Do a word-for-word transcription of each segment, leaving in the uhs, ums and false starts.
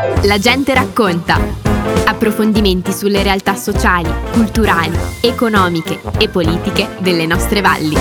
La gente racconta. Approfondimenti sulle realtà sociali, culturali, economiche e politiche delle nostre valli.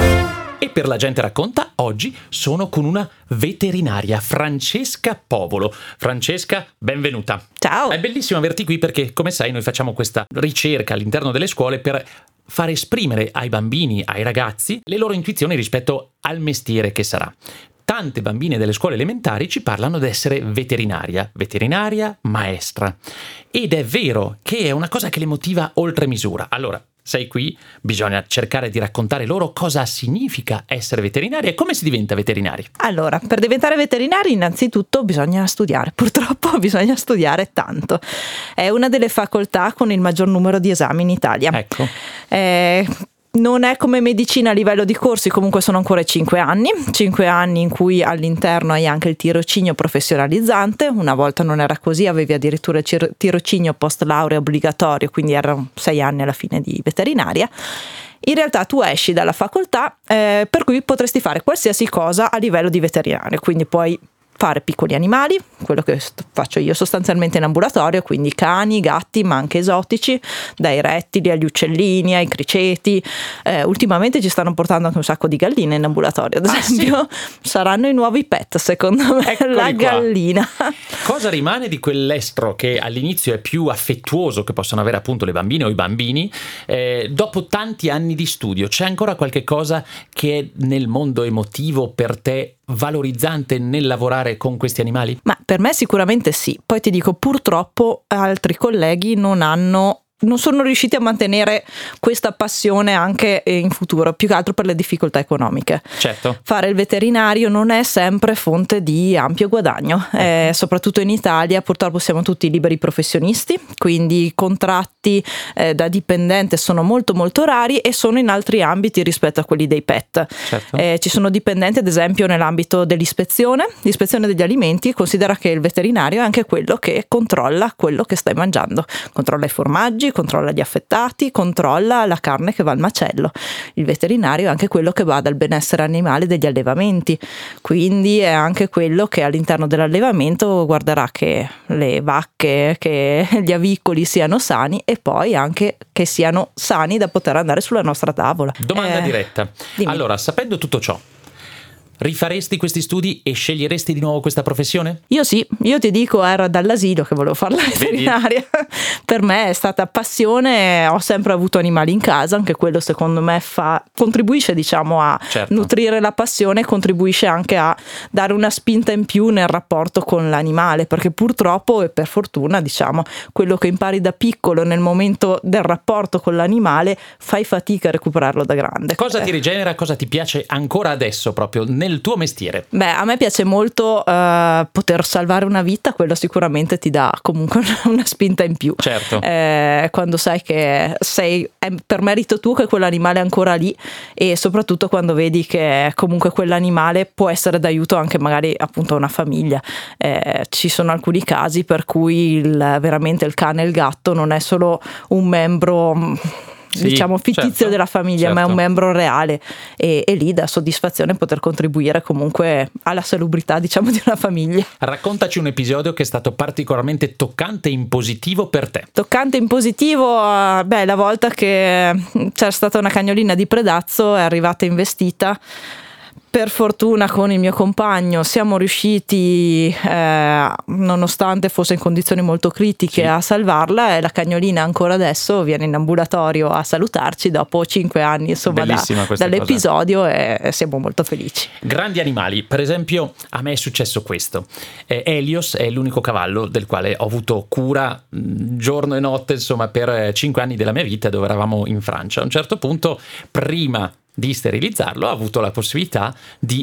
E per La gente racconta, oggi sono con una veterinaria, Francesca Povolo. Francesca, benvenuta. Ciao. È bellissimo averti qui perché, come sai, noi facciamo questa ricerca all'interno delle scuole per far esprimere ai bambini, ai ragazzi, le loro intuizioni rispetto al mestiere che sarà. Tante bambine delle scuole elementari ci parlano di essere veterinaria, veterinaria maestra. Ed è vero che è una cosa che le motiva oltre misura. Allora, sei qui, bisogna cercare di raccontare loro cosa significa essere veterinari e come si diventa veterinari. Allora, per diventare veterinari innanzitutto bisogna studiare, purtroppo bisogna studiare tanto. È una delle facoltà con il maggior numero di esami in Italia. Ecco. Eh, Non è come medicina a livello di corsi, comunque sono ancora cinque anni, cinque anni in cui all'interno hai anche il tirocinio professionalizzante. Una volta non era così, avevi addirittura il tirocinio post laurea obbligatorio, quindi erano sei anni alla fine di veterinaria. In realtà tu esci dalla facoltà eh, per cui potresti fare qualsiasi cosa a livello di veterinario, quindi puoi fare piccoli animali, quello che faccio io sostanzialmente in ambulatorio, quindi cani, gatti, ma anche esotici, dai rettili agli uccellini, ai criceti. Eh, ultimamente ci stanno portando anche un sacco di galline in ambulatorio, ad esempio. Ah, sì? Saranno i nuovi pet, secondo me. Eccoli la gallina. Qua. Cosa rimane di quell'estro che all'inizio è più affettuoso che possono avere appunto le bambine o i bambini? Eh, dopo tanti anni di studio, c'è ancora qualche cosa che è nel mondo emotivo per te valorizzante nel lavorare con questi animali? Ma per me sicuramente sì. Poi ti dico, purtroppo altri colleghi non hanno non sono riusciti a mantenere questa passione anche in futuro, più che altro per le difficoltà economiche. Certo. Fare il veterinario non è sempre fonte di ampio guadagno, eh, soprattutto in Italia purtroppo siamo tutti liberi professionisti, quindi i contratti eh, da dipendente sono molto molto rari e sono in altri ambiti rispetto a quelli dei pet. Certo. Eh, ci sono dipendenti ad esempio nell'ambito dell'ispezione, l'ispezione degli alimenti. Considera che il veterinario è anche quello che controlla quello che stai mangiando, controlla i formaggi, controlla gli affettati, controlla la carne che va al macello. Il veterinario è anche quello che va dal benessere animale degli allevamenti, quindi è anche quello che all'interno dell'allevamento guarderà che le vacche, che gli avicoli siano sani e poi anche che siano sani da poter andare sulla nostra tavola. Domanda eh, diretta. Dimmi. Allora, sapendo tutto ciò, rifaresti questi studi e sceglieresti di nuovo questa professione? Io sì, io ti dico, era dall'asilo che volevo fare la veterinaria. Per me è stata passione, ho sempre avuto animali in casa, anche quello secondo me fa contribuisce diciamo a certo. nutrire la passione, contribuisce anche a dare una spinta in più nel rapporto con l'animale, perché purtroppo e per fortuna diciamo quello che impari da piccolo nel momento del rapporto con l'animale fai fatica a recuperarlo da grande. Cosa ti rigenera, cosa ti piace ancora adesso proprio nel il tuo mestiere? Beh, a me piace molto uh, poter salvare una vita, quello sicuramente ti dà comunque una spinta in più. Certo. Eh, quando sai che sei è per merito tuo che quell'animale è ancora lì e soprattutto quando vedi che comunque quell'animale può essere d'aiuto anche magari appunto a una famiglia. Eh, ci sono alcuni casi per cui il, veramente il cane e il gatto non è solo un membro Sì, diciamo fittizio certo, della famiglia, certo. ma è un membro reale e, e lì dà soddisfazione poter contribuire comunque alla salubrità diciamo di una famiglia. Raccontaci un episodio che è stato particolarmente toccante e in positivo per te. Toccante in positivo, beh, la volta che c'era stata una cagnolina di Predazzo, è arrivata investita. Per fortuna con il mio compagno siamo riusciti, eh, nonostante fosse in condizioni molto critiche, sì. a salvarla e la cagnolina ancora adesso viene in ambulatorio a salutarci dopo cinque anni insomma da, dall'episodio cosa. E siamo molto felici. Grandi animali, per esempio a me è successo questo. Eh, Helios è l'unico cavallo del quale ho avuto cura mh, giorno e notte insomma per cinque anni della mia vita dove eravamo in Francia. A un certo punto prima di sterilizzarlo ho avuto la possibilità di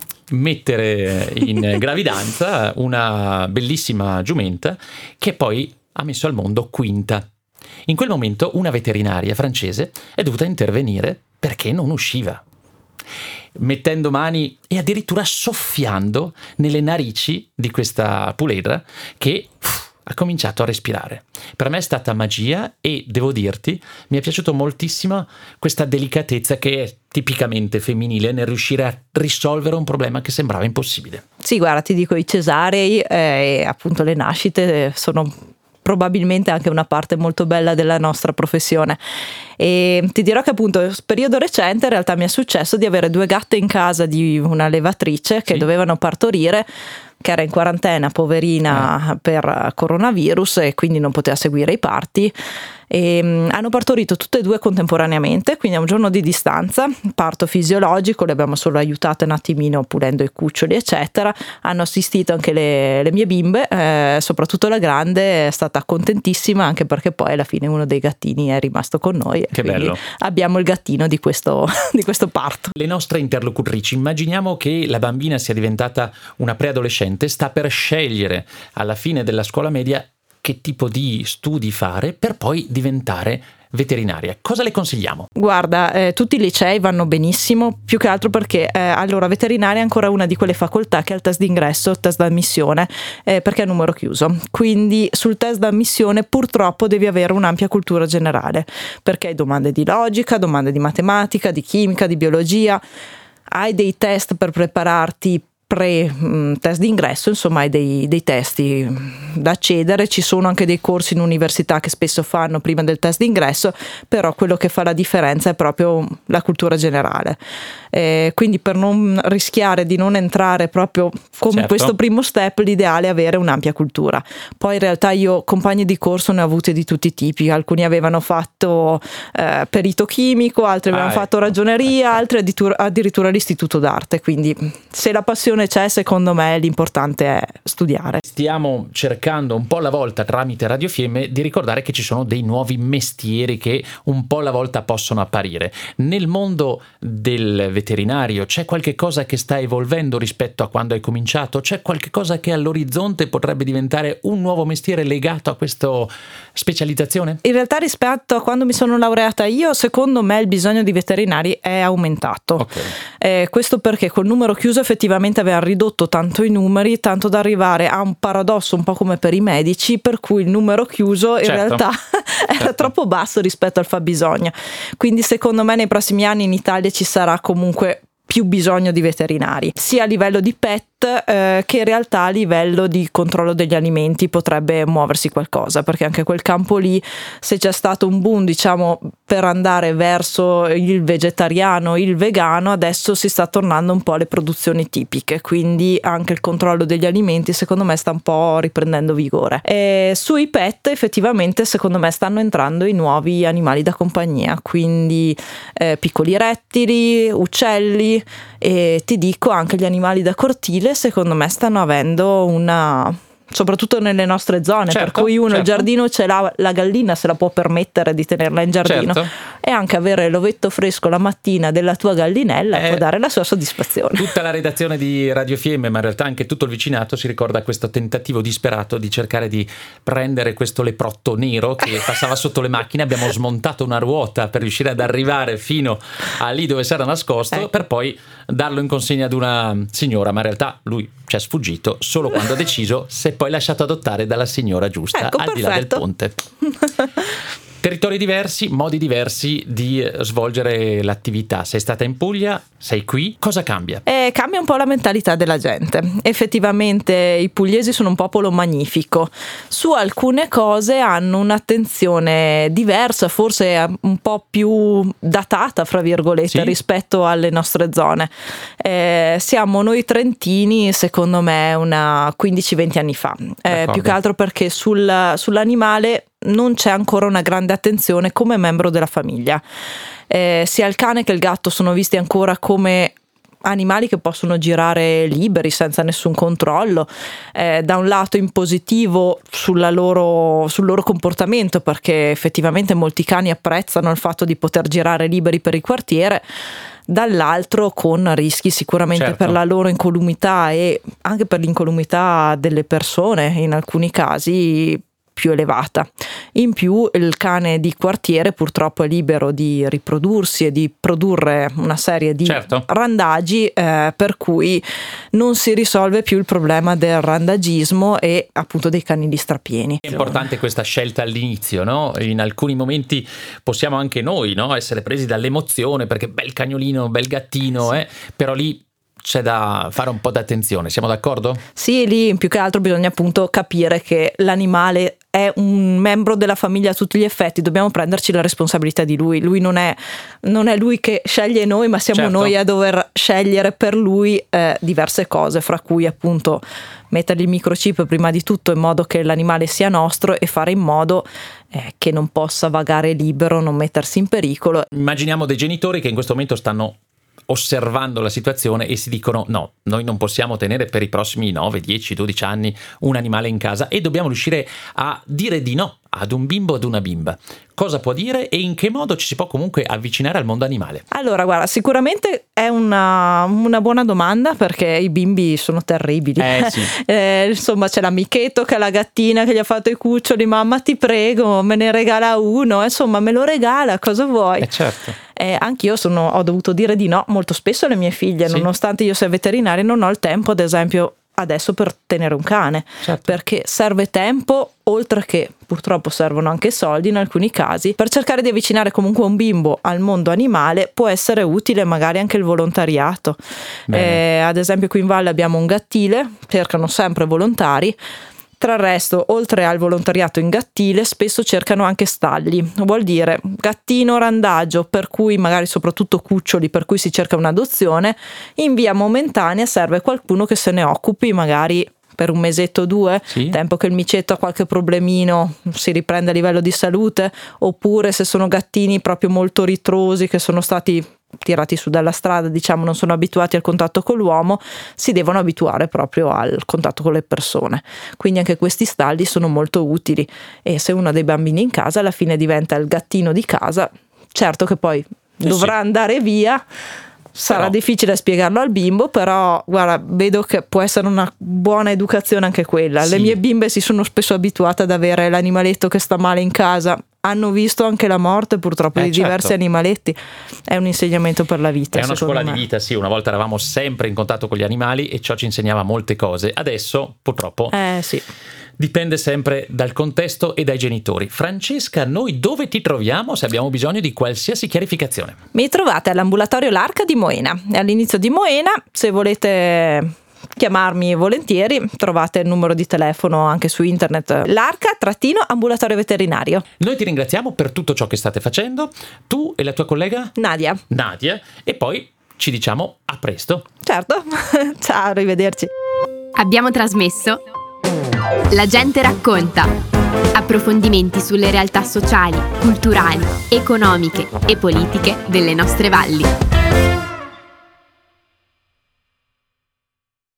mettere in gravidanza una bellissima giumenta che poi ha messo al mondo Quinta. In quel momento una veterinaria francese è dovuta intervenire perché non usciva, mettendo mani e addirittura soffiando nelle narici di questa puledra che ha cominciato a respirare. Per me è stata magia e devo dirti, mi è piaciuto moltissimo questa delicatezza che è tipicamente femminile nel riuscire a risolvere un problema che sembrava impossibile. Sì, guarda, ti dico, i cesarei e appunto le nascite sono probabilmente anche una parte molto bella della nostra professione. E ti dirò che appunto nel periodo recente in realtà mi è successo di avere due gatte in casa di una levatrice che sì. dovevano partorire, che era in quarantena, poverina, eh. per coronavirus, e quindi non poteva seguire i parti. E um, hanno partorito tutte e due contemporaneamente, quindi a un giorno di distanza, parto fisiologico, le abbiamo solo aiutate un attimino pulendo i cuccioli eccetera. Hanno assistito anche le, le mie bimbe, eh, soprattutto la grande è stata contentissima, anche perché poi alla fine uno dei gattini è rimasto con noi. Che bello. Abbiamo il gattino di questo, di questo parto. Le nostre interlocutrici, immaginiamo che la bambina sia diventata una preadolescente, sta per scegliere alla fine della scuola media che tipo di studi fare per poi diventare veterinaria. Cosa le consigliamo? Guarda, eh, tutti i licei vanno benissimo, più che altro perché eh, allora veterinaria è ancora una di quelle facoltà che ha il test d'ingresso, il test d'ammissione, eh, perché è a numero chiuso. Quindi sul test d'ammissione purtroppo devi avere un'ampia cultura generale, perché hai domande di logica, domande di matematica, di chimica, di biologia, hai dei test per prepararti pre-test d'ingresso, insomma hai dei, dei testi da accedere, ci sono anche dei corsi in università che spesso fanno prima del test d'ingresso, però quello che fa la differenza è proprio la cultura generale, eh, quindi per non rischiare di non entrare proprio con certo. questo primo step l'ideale è avere un'ampia cultura. Poi in realtà io compagni di corso ne ho avute di tutti i tipi, alcuni avevano fatto eh, perito chimico, altri avevano ah, fatto ecco. ragioneria, altri addirittura, addirittura l'istituto d'arte, quindi se la passione c'è, secondo me l'importante è studiare. Stiamo cercando un po' alla volta tramite Radio Fiemme di ricordare che ci sono dei nuovi mestieri che un po' alla volta possono apparire. Nel mondo del veterinario c'è qualche cosa che sta evolvendo rispetto a quando hai cominciato? C'è qualche cosa che all'orizzonte potrebbe diventare un nuovo mestiere legato a questa specializzazione? In realtà rispetto a quando mi sono laureata io, secondo me il bisogno di veterinari è aumentato. Okay. Eh, questo perché col numero chiuso effettivamente aveva ridotto tanto i numeri, tanto da arrivare a un paradosso un po' come per i medici, per cui il numero chiuso in certo. realtà era certo. troppo basso rispetto al fabbisogno. Quindi secondo me nei prossimi anni in Italia ci sarà comunque più bisogno di veterinari, sia a livello di pet eh, che in realtà a livello di controllo degli alimenti potrebbe muoversi qualcosa, perché anche quel campo lì, se c'è stato un boom diciamo per andare verso il vegetariano, il vegano, adesso si sta tornando un po' alle produzioni tipiche, quindi anche il controllo degli alimenti secondo me sta un po' riprendendo vigore. E sui pet effettivamente secondo me stanno entrando i nuovi animali da compagnia, quindi eh, piccoli rettili, uccelli, e ti dico anche gli animali da cortile secondo me stanno avendo una, soprattutto nelle nostre zone, certo, per cui uno certo. il giardino ce l'ha, la gallina se la può permettere di tenerla in giardino, certo. e anche avere l'ovetto fresco la mattina della tua gallinella eh, può dare la sua soddisfazione. Tutta la redazione di Radio Fiemme, ma in realtà anche tutto il vicinato si ricorda questo tentativo disperato di cercare di prendere questo leprotto nero che passava sotto le macchine. Abbiamo smontato una ruota per riuscire ad arrivare fino a lì dove si era nascosto, ecco. per poi darlo in consegna ad una signora, ma in realtà lui ci è sfuggito solo quando ha deciso, se poi lasciato adottare dalla signora giusta, ecco, al perfetto. Di là del ponte. Territori diversi, modi diversi di svolgere l'attività. Sei stata in Puglia, sei qui, cosa cambia? Eh, cambia un po' la mentalità della gente. Effettivamente i pugliesi sono un popolo magnifico. Su alcune cose hanno un'attenzione diversa, forse un po' più datata, fra virgolette, sì? rispetto alle nostre zone. Eh, siamo noi trentini, secondo me, una quindici venti anni fa. Eh, più che altro perché sul, sull'animale non c'è ancora una grande attenzione come membro della famiglia. Eh, sia il cane che il gatto sono visti ancora come animali che possono girare liberi senza nessun controllo, eh, da un lato in positivo sulla loro, sul loro comportamento, perché effettivamente molti cani apprezzano il fatto di poter girare liberi per il quartiere, dall'altro con rischi sicuramente certo. per la loro incolumità e anche per l'incolumità delle persone in alcuni casi più elevata. In più il cane di quartiere purtroppo è libero di riprodursi e di produrre una serie di certo. randagi, eh, per cui non si risolve più il problema del randagismo e appunto dei canili strapieni. È importante questa scelta all'inizio, no? In alcuni momenti possiamo anche noi, no, essere presi dall'emozione perché bel cagnolino, bel gattino, eh? Però lì c'è da fare un po' d'attenzione, siamo d'accordo? Sì, lì più che altro bisogna appunto capire che l'animale è un membro della famiglia a tutti gli effetti, dobbiamo prenderci la responsabilità di lui, lui non è, non è lui che sceglie noi, ma siamo certo. noi a dover scegliere per lui eh, diverse cose, fra cui appunto mettergli il microchip prima di tutto in modo che l'animale sia nostro e fare in modo eh, che non possa vagare libero, non mettersi in pericolo. Immaginiamo dei genitori che in questo momento stanno osservando la situazione e si dicono no, noi non possiamo tenere per i prossimi nove, dieci, dodici anni un animale in casa e dobbiamo riuscire a dire di no ad un bimbo o ad una bimba. Cosa può dire e in che modo ci si può comunque avvicinare al mondo animale? Allora, guarda, sicuramente è una, una buona domanda perché i bimbi sono terribili. Eh, sì. eh, insomma, c'è l'amichetto che è la gattina che gli ha fatto i cuccioli, mamma ti prego, me ne regala uno, insomma me lo regala, cosa vuoi? Eh certo. Eh, anch'io sono, ho dovuto dire di no molto spesso alle mie figlie, sì. Nonostante io sia veterinaria non ho il tempo, ad esempio, adesso per tenere un cane, certo. Perché serve tempo, oltre che purtroppo servono anche soldi in alcuni casi, per cercare di avvicinare comunque un bimbo al mondo animale può essere utile magari anche il volontariato. Eh, ad esempio qui in valle abbiamo un gattile, cercano sempre volontari. Tra il resto, oltre al volontariato in gattile, spesso cercano anche stalli, vuol dire gattino randagio, per cui magari soprattutto cuccioli, per cui si cerca un'adozione, in via momentanea serve qualcuno che se ne occupi, magari per un mesetto o due, sì. Tempo che il micetto ha qualche problemino, si riprende a livello di salute, oppure se sono gattini proprio molto ritrosi che sono stati tirati su dalla strada, diciamo non sono abituati al contatto con l'uomo, si devono abituare proprio al contatto con le persone, quindi anche questi stalli sono molto utili e se uno ha dei bambini in casa alla fine diventa il gattino di casa, certo che poi eh dovrà sì. andare via, sarà però difficile spiegarlo al bimbo, però guarda, vedo che può essere una buona educazione anche quella, sì. Le mie bimbe si sono spesso abituate ad avere l'animaletto che sta male in casa, hanno visto anche la morte purtroppo eh, di certo. diversi animaletti, è un insegnamento per la vita, è una scuola me. di vita, sì, una volta eravamo sempre in contatto con gli animali e ciò ci insegnava molte cose, adesso purtroppo eh sì dipende sempre dal contesto e dai genitori. Francesca, noi dove ti troviamo se abbiamo bisogno di qualsiasi chiarificazione? Mi trovate all'ambulatorio L'Arca di Moena, all'inizio di Moena, se volete chiamarmi volentieri trovate il numero di telefono anche su internet, L'Arca trattino ambulatorio veterinario. Noi ti ringraziamo per tutto ciò che state facendo, tu e la tua collega Nadia Nadia e poi ci diciamo a presto. Certo. Ciao, arrivederci. Abbiamo trasmesso La gente racconta, approfondimenti sulle realtà sociali, culturali, economiche e politiche delle nostre valli.